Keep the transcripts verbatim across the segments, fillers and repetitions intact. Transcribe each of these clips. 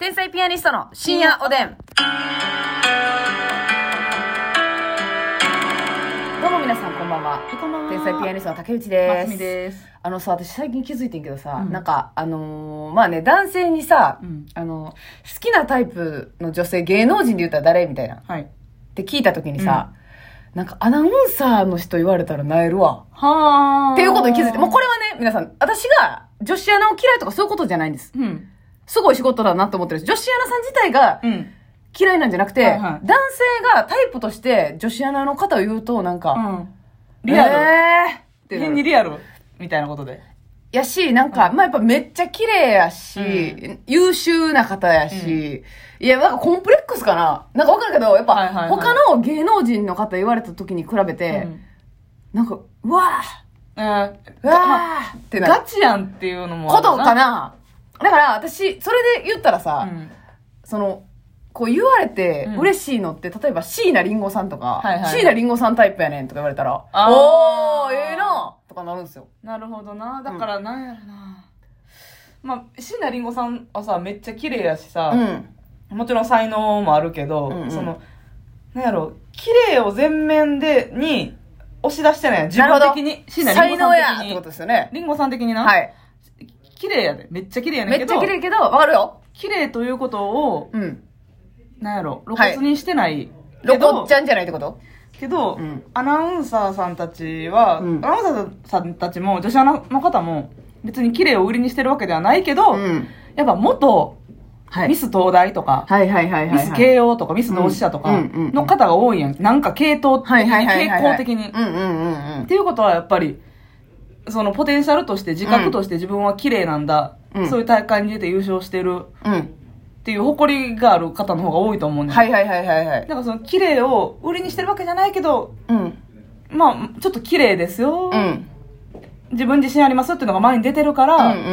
天才ピアニストの深夜おでん。どうも皆さんこんばんは。 こんばんは。 天才ピアニストの竹内です。 ますみです。 あのさ、私最近気づいてんけどさ、 うん、なんかあのー、まあね、男性にさ、うん、あの好きなタイプの女性、芸能人で言ったら誰みたいな、はい、って聞いた時にさ、うん、なんかアナウンサーの人言われたらなえるわはーっていうことに気づいて、もうこれはね、皆さん、私が女子アナを嫌いとかそういうことじゃないんです、うん、すごい仕事だなと思ってるし、女子アナさん自体が、うん嫌いなんじゃなくて、はいはい、男性がタイプとして女子アナの方を言うとなんか、うん、 リアル、 えー、って変にリアルみたいなことでやし、なんか、うん、まあやっぱめっちゃ綺麗やし、うん、優秀な方やし、うん、いやなんかコンプレックスかななんかわかるけど、やっぱ、はいはいはい、他の芸能人の方言われた時に比べて、うん、なんかうわー、うわーってなる。 ガチやんっていうのもことかな。だから私それで言ったらさ、うん、そのこう言われて嬉しいのって、うん、例えば椎名林檎さんとか、はいはいはい、椎名林檎さんタイプやねんとか言われたら、おー、ええー、なとかなるんですよ。 なるほどな。だからなんやろな。うん、まあ、椎名林檎さんはさ、めっちゃ綺麗やしさ、うん、もちろん才能もあるけど、うんうん、その、なんやろ、綺麗を前面で、に押し出してない自分的に。椎名林檎さん的に。才能やってことですよね。林檎さん的にな。はい。綺麗やで。めっちゃ綺麗やねんけど。 めっちゃ綺麗けど、わかるよ。 綺麗ということを、うん。なんやろ、露骨にしてない。 露骨ちゃんじゃないってことけど、うん、アナウンサーさんたちは、うん、アナウンサーさんたちも、女子アナの方も、別に綺麗を売りにしてるわけではないけど、うん、やっぱ元、はい、ミス東大とか、はいはいはいはいはい、ミス慶応とか、ミス同志社とかの方が多いやん。なんか系統的に、傾向的に。っていうことはやっぱり、そのポテンシャルとして、自覚として自分は綺麗なんだ、うん、そういう大会に出て優勝してる。うんっていう誇りがある方の方が多いと思うんだよ。 はいはいはいはいはい。 だからその綺麗を売りにしてるわけじゃないけど、うん、まあちょっと綺麗ですよ、うん、自分自信ありますっていうのが前に出てるから、うんうんうん、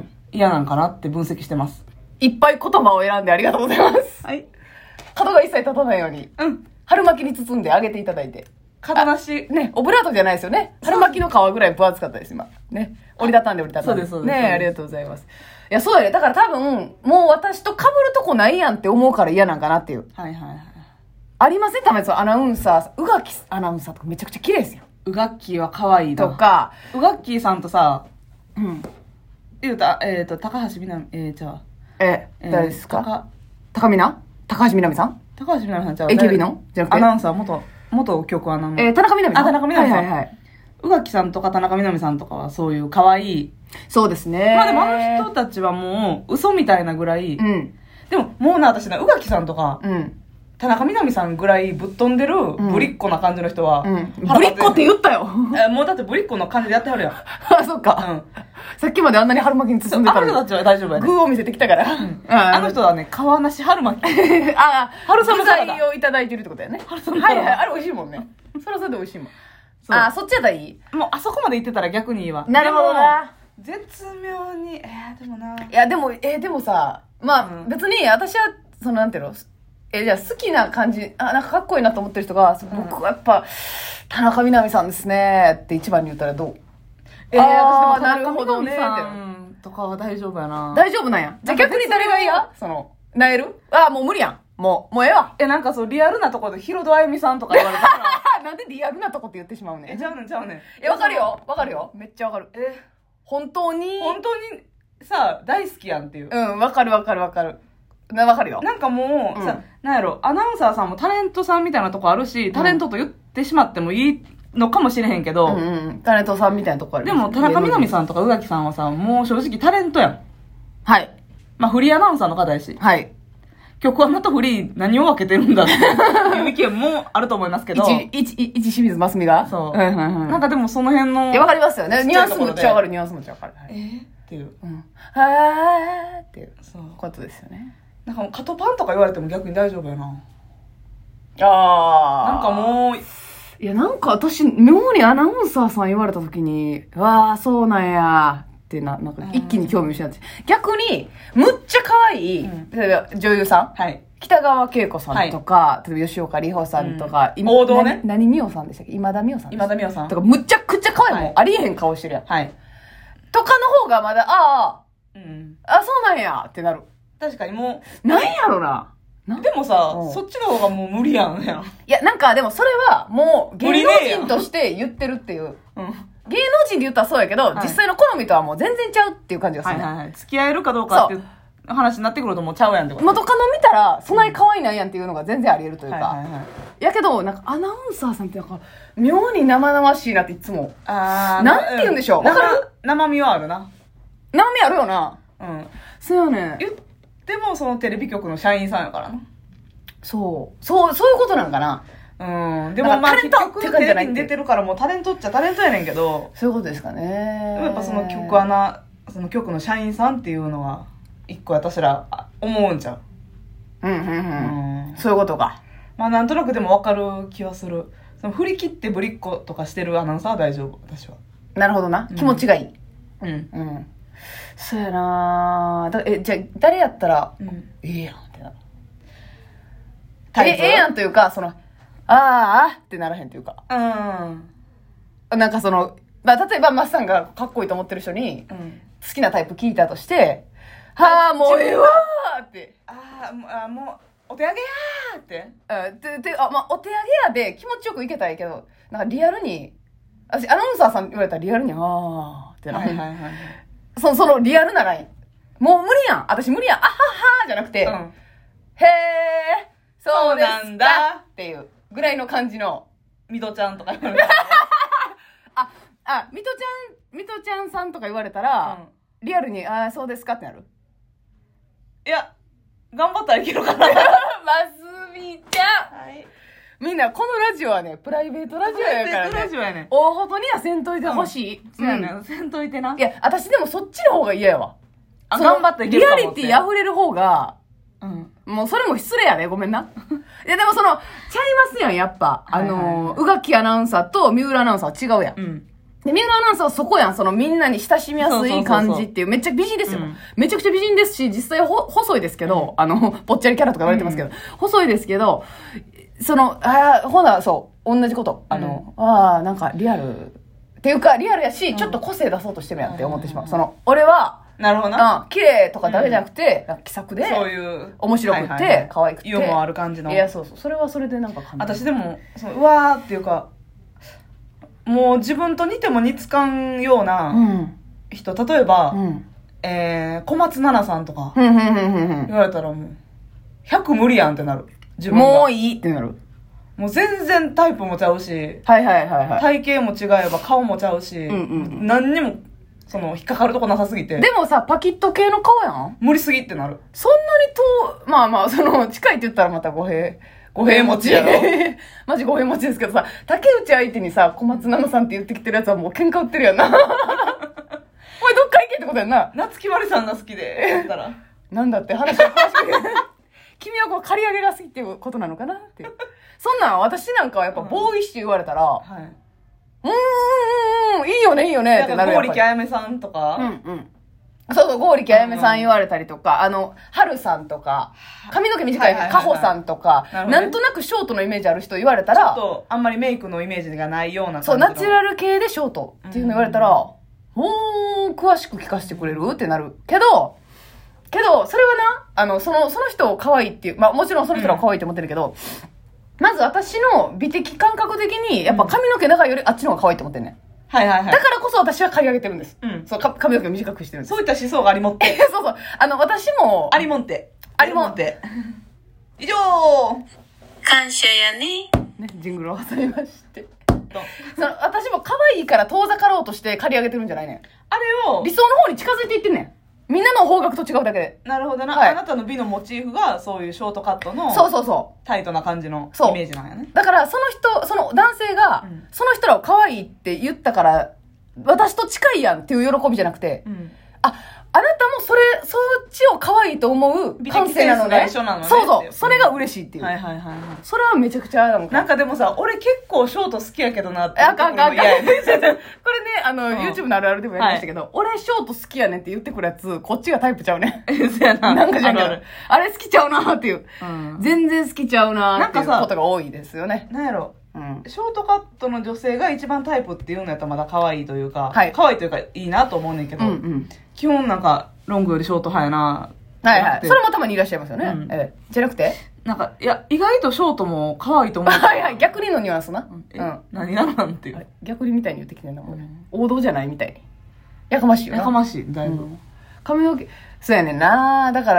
嫌なんかなって分析してます。 いっぱい言葉を選んでありがとうございます。はい。角が一切立たないように、うん、春巻きに包んであげていただいて。 角なしね、オブラートじゃないですよね。春巻きの皮ぐらい分厚かったです今。ね、折りたたんで折りたたんで。 そうですそうです。 ね、ありがとうございます。いや、そうやね。だから多分、もう私と被るとこないやんって思うから嫌なんかなっていう。はいはいはい。ありませんたまにそう、アナウンサー、うがきアナウンサーとかめちゃくちゃ綺麗ですよ。 うがっきーは可愛いな。 とか、 うがっきーさんとさ、うん。言うた、えっ、ー、と、高橋みなみ、えー、じゃあ。 え、誰ですか、えー、高、高みな高橋みなみさん高橋みなみさんちゃう。 エーケービー のじゃなくて。 アナウンサー、元、元局アナの。 えー、田中みなみさん。 あ、田中みなみさん。 はいはいはい。 うがきさんとか田中みなみさんとかはそういう可愛い。 そうですね。 まあでもあの人たちはもう嘘みたいなぐらい。うん。でももうな、私な、うがきさんとか、うん。田中みなみさんぐらいぶっ飛んでるぶりっ子な感じの人は。うん。 ぶりっ子って言ったよ。 え、もうだってぶりっ子の感じでやってはるやん。 あ、そっか。うん。さっきまであんなに春巻きに包んでたのに。あの人たちは大丈夫やね。 具を見せてきたから。うん。 あの人はね、皮なし春巻き。 あ、春雨具材をいただいてるってことだよね。春雨はいはい。あれ美味しいもんね。それはそれで美味しいもん。あ、そっちやったらいい？ もうあそこまで行ってたら逆にいいわ。 なるほどな。 絶妙に、えー、でもな。 いや、でも、えー、でもさ、まあ、うん、別に私は、そのなんていうの、えー、じゃあ好きな感じ、あ、なんかかっこいいなと思ってる人が、うん、僕はやっぱ、田中みな実さんですねって一番に言ったらどう？ えー、私でも田中みな実さんとかは大丈夫やな。 大丈夫なんや。じゃあ逆に誰が嫌？その、なえる？あ、もう無理やん。もう、もうええわ。 え、なんかそう、リアルなところでヒロドあゆみさんとか言われたら。 なんでリアルなとこって言ってしまうねん。 え、ちゃうねん、ちゃうねん。 え、わかるよ。わかるよ。めっちゃわかる。え、本当に本当にさ、大好きやんっていう。 うん、わかるわかるわかる。な、わかるよ。 なんかもう、うん、さ、なんやろ、アナウンサーさんもタレントさんみたいなとこあるし、タレントと言ってしまってもいいのかもしれへんけど。 うんうん、タレントさんみたいなとこある。 でも、田中みな実さんとか宇垣さんはさ、もう正直タレントやん。 はい。 まあ、フリーアナウンサーの方やし。 はい。 曲はまたフリー何を分けてるんだっていう意見もあると思いますけど。 一、一、一清水ますみがそう。はいはいはい。なんかでもその辺の。 いや、わかりますよね。ニュアンスもっちゃわかる、ニュアンスもっちゃわかる。 えー、っていう。うん。 はーっていう。そう。ことですよね。 なんかもうカトパンとか言われても逆に大丈夫やな。 あー。 なんかもう、 いや、なんか私、妙にアナウンサーさん言われた時に、わー、そうなんやってな、なんか一気に興味失って。逆に、むっちゃ可愛い、うん、例えば女優さん、はい、北川景子さんとか、はい、例えば吉岡里帆さんとか、 うん、王道ね。 何美桜さんでしたっけ？今田美桜さん。 今田美桜さん。 とか、むちゃくちゃ可愛い、はい、もうありえへん顔してるやん。はい。とかの方がまだ、ああ、うん、あ、そうなんやってなる。 確かにもう、なんやろな。 でもさ、そっちの方がもう無理やん。いや、なんかでもそれはもう芸能人として言ってるっていう。うん、芸能人で言ったらそうやけど、はい、実際の好みとはもう全然ちゃうっていう感じがする、ね。 はいはいはい。付き合えるかどうかっていう話になってくるともうちゃうやんってこと。 元カノ見たら、そない可愛いなんやんっていうのが全然あり得るというか。はいはいはい、やけど、なんかアナウンサーさんってなんか、妙に生々しいなっていつも。あー。なんて言うんでしょう。わ、うん、かる？ 生身はあるな。 生身あるよな。 うん。 そうよね。 言ってもそのテレビ局の社員さんやからな。 そう。そう、そういうことなんかな。 うん。でもまあ結局テレビに出てるからもうタレントっちゃタレントやねんけど。 そういうことですかね。 やっぱその局アナ、その局の社員さんっていうのは、一個私ら思うんちゃう。 うんうんうん。うん、そういうことか。 まあなんとなくでもわかる気はする。その振り切ってぶりっ子とかしてるアナウンサーは大丈夫、私は。 なるほどな。気持ちがいい。 うん。うん。 うん、そうやなだえ、じゃあ誰やったら、うん、ええやんってなる。え、ええやんというか、その、あーあってならへんというか。うん。なんかその、まあ、例えば、マスさんがかっこいいと思ってる人に、うん、好きなタイプ聞いたとして、はあ、もうええわーって。 ああ、もう、お手上げやーって。 うん、で、で、あ、まあ、お手上げやで気持ちよくいけたらいいけど、なんかリアルに、私、アナウンサーさん言われたらリアルに、あーってなる。はいはいはい。その、そのリアルなライン。もう無理やん。私無理やん。あははーじゃなくて、うん、へー。そうなんだっていうぐらいの感じのミトちゃんとか言われたらあ、あ、ミトちゃん、ミトちゃんさんとか言われたら、うん、リアルに、ああ、そうですかってなる？ いや、頑張ったらいけるかな。 ますみちゃん、はい、みんなこのラジオはね、プライベートラジオやからね。プライベートラジオやね。大ほどにはせんといてほしい。うん、 そうやね、うん。せんといてな。 いや、私でもそっちの方が嫌やわ。 あ、頑張ったらいけるかもって。 リアリティ溢れる方が、うん。もうそれも失礼やね。ごめんな。いやでもその、ちゃいますやん、やっぱ。あのー、宇垣アナウンサーと三浦アナウンサーは違うやん。うん。で、三浦アナウンサーはそこやん。そのみんなに親しみやすい感じっていう。めっちゃ美人ですよ。うん、めちゃくちゃ美人ですし、実際ほ、細いですけど、うん、あの、ぽっちゃりキャラとか言われてますけど、うん、細いですけど、その、ああ、ほな、そう、同じこと。あの、うん、ああ、なんかリアル。っていうか、リアルやし、うん、ちょっと個性出そうとしてるやんって思ってしまう。その、俺は、 なるほどな。 うん、綺麗とかだけじゃなくて、うん、気さくで、 そういう、 面白くて、はいはいはい、可愛くて、 ユーモアある感じの。 いや、そうそう。それはそれでなんか感じ。 私でも、そのうわーっていうか、もう自分と似ても似つかんような人、うん、例えば、うん、えー、小松菜奈さんとか、言われたらもう、ひゃく無理やんってなる。 自分が。もういいってなる。 もう全然タイプもちゃうし、 はいはいはいはい、 体型も違えば顔もちゃうし、うんうんうん、何にも、その、引っかかるとこなさすぎて。 でもさ、パキッと系の顔やん？ 無理すぎってなる。 そんなに遠、まあまあ、その、近いって言ったらまた語弊、語弊持ちやろ。マジ語弊持ちですけどさ、竹内相手にさ、小松菜奈さんって言ってきてるやつはもう喧嘩売ってるやんな。お前どっか行けってことやんな。 夏木マリさんが好きで、やったら。 なんだって話を話して君はこう、刈り上げが好きっていうことなのかなっていう。そんなん私なんかはやっぱボーイッシュ言われたら、はい、うーん、いいよね、いいよね、ってなるやっぱり。 剛力あやめさんとか。 うんうん。そうそう、剛力あやめさん言われたりとか、あの、春さんとか、髪の毛短いかほさんとか、なんとなくショートのイメージある人言われたら、 ちょっとあんまりメイクのイメージがないような感じ。 そう、ナチュラル系でショートっていうの言われたら、おー、詳しく聞かせてくれるってなる。けど、けど、それはな、あの、その、その人を可愛いっていう、まあもちろんその人は可愛いって思ってるけど、うん、まず私の美的感覚的に、やっぱ髪の毛長いよりあっちの方が可愛いって思ってんねん。 はいはいはい。 だからこそ私は刈り上げてるんです。うん。そう、髪の毛を短くしてるんです。 そういった思想がありもって。 そうそう。あの、私も。 ありもんて。 ありもんて。 以上感謝やね。 ね、ジングルを挟みまして。その、私も可愛いから遠ざかろうとして刈り上げてるんじゃないねん。 あれを。 理想の方に近づいていってんねん。みんなの方角と違うだけで。 なるほどな、はい、あなたの美のモチーフがそういうショートカットのそうそうそうタイトな感じのイメージなんやね。 だからその人、その男性が、うん、その人らを可愛いって言ったから私と近いやんっていう喜びじゃなくて、うん、あ、あなたもそれ、そっちを可愛いと思う感性なのね。 一緒なのね。 そうそう。それが嬉しいっていう。 はいはいはい、はい。 それはめちゃくちゃなんか。 なんかでもさ、俺結構ショート好きやけどなって。 あかんあかんあかん。これね、あの、うん、YouTube のあるあるでもやりましたけど、はい、俺ショート好きやねんって言ってくるやつ、こっちがタイプちゃうね。 そうやな。 なんかじゃんけど、あれ好きちゃうなっていう、うん。全然好きちゃうなっていうことが多いですよね。 なんやろ。うん、ショートカットの女性が一番タイプっていうのやったらまだ可愛いというか、はい、可愛いというかいいなと思うねんけど、うんうん、基本なんかロングよりショート派やなはいはい。それもたまにいらっしゃいますよね。うん、ええ。じゃなくてなんか、いや、意外とショートも可愛いと思う。 はいはい。逆にのニュアンスな。うん。 え、うん、何なんなんていう。 逆にみたいに言ってきてんだもんね。王道じゃないみたいに。やかましいよな。 やかましい、だいぶ。うん、 髪の毛、そうやねんな。だから、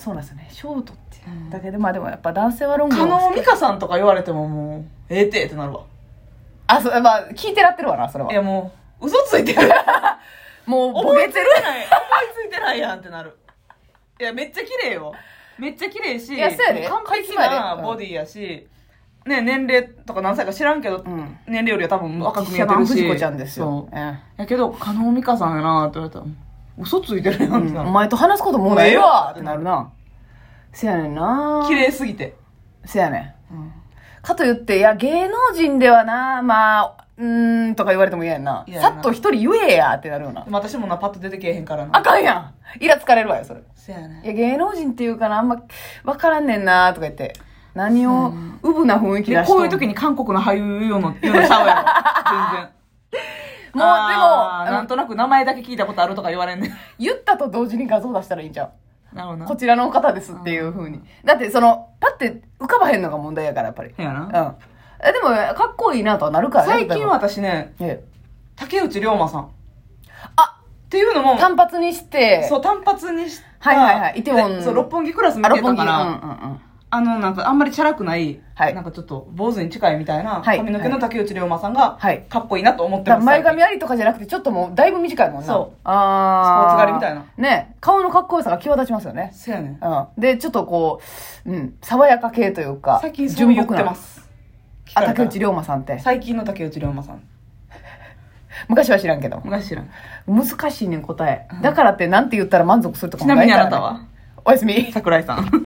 そうなんですよね。ショートって。うん、だけど、まあでもやっぱ男性はロング。 加納美香さんとか言われてももう、ええてってなるわ。 あ、そう、まあ、聞いてらってるわな、それは。 いやもう、嘘ついてる。 もう、ボケてる。 思いついてないやんってなる。いや、めっちゃ綺麗よ。めっちゃ綺麗し、 いや、そうやね。 完璧なボディやし、うん、ね、年齢とか何歳か知らんけど、うん、年齢よりは多分若く見えてるし。 藤子ちゃんですよ。 そう。やけど、加納美香さんやなって言われたら、嘘ついてるやんってなる、 うん、お前と話すこともうないわってなるな。せやねんな。 綺麗すぎて。 せやねん。うん、かと言って、いや、芸能人ではな、まあ、うーんとか言われても嫌やんな。さっと一人言えやってなるよな。 私もな、パッと出てけえへんからな。 あかんやん。イラつかれるわよ、それ。 せやね。 いや、芸能人っていうかな、あんま、わからんねんなとか言って。何を、うぶな雰囲気出して。 こういう時に韓国の俳優言うの、言うのちゃうやろ。全然。もう、でも、なんとなく名前だけ聞いたことあるとか言われんねん。 言ったと同時に画像出したらいいんちゃう。 なるほどな。 こちらの方ですっていう風に。だって、その、パって浮かばへんのが問題やから、やっぱり。 やな。うん。 え、でも、かっこいいなとはなるからね。最近私ね、ええ、竹内涼真さん。 あっていうのも、 単発にして。 そう、単発にして。 はいはいはい。イテウォン。 そう、六本木クラス見てたから、うんうんうん、あの、なんか、あんまりチャラくない、はい、なんかちょっと、坊主に近いみたいな、髪の毛の竹内涼真さんが、はい、かっこいいなと思ってます。 前髪ありとかじゃなくて、ちょっともう、だいぶ短いもんな。 そう。あー。スポーツ狩りみたいな。 ね。顔のかっこよさが際立ちますよね。 そうやね。 うん。で、ちょっとこう、うん、爽やか系というか、 最近そう言ってます。 あ、竹内涼真さんって。 最近の竹内涼真さん。 昔は知らんけど。 昔知らん。 難しいねん、答え。だからってなんて言ったら満足するとかもないから。ちなみにあなたはおやすみ。 桜井さん。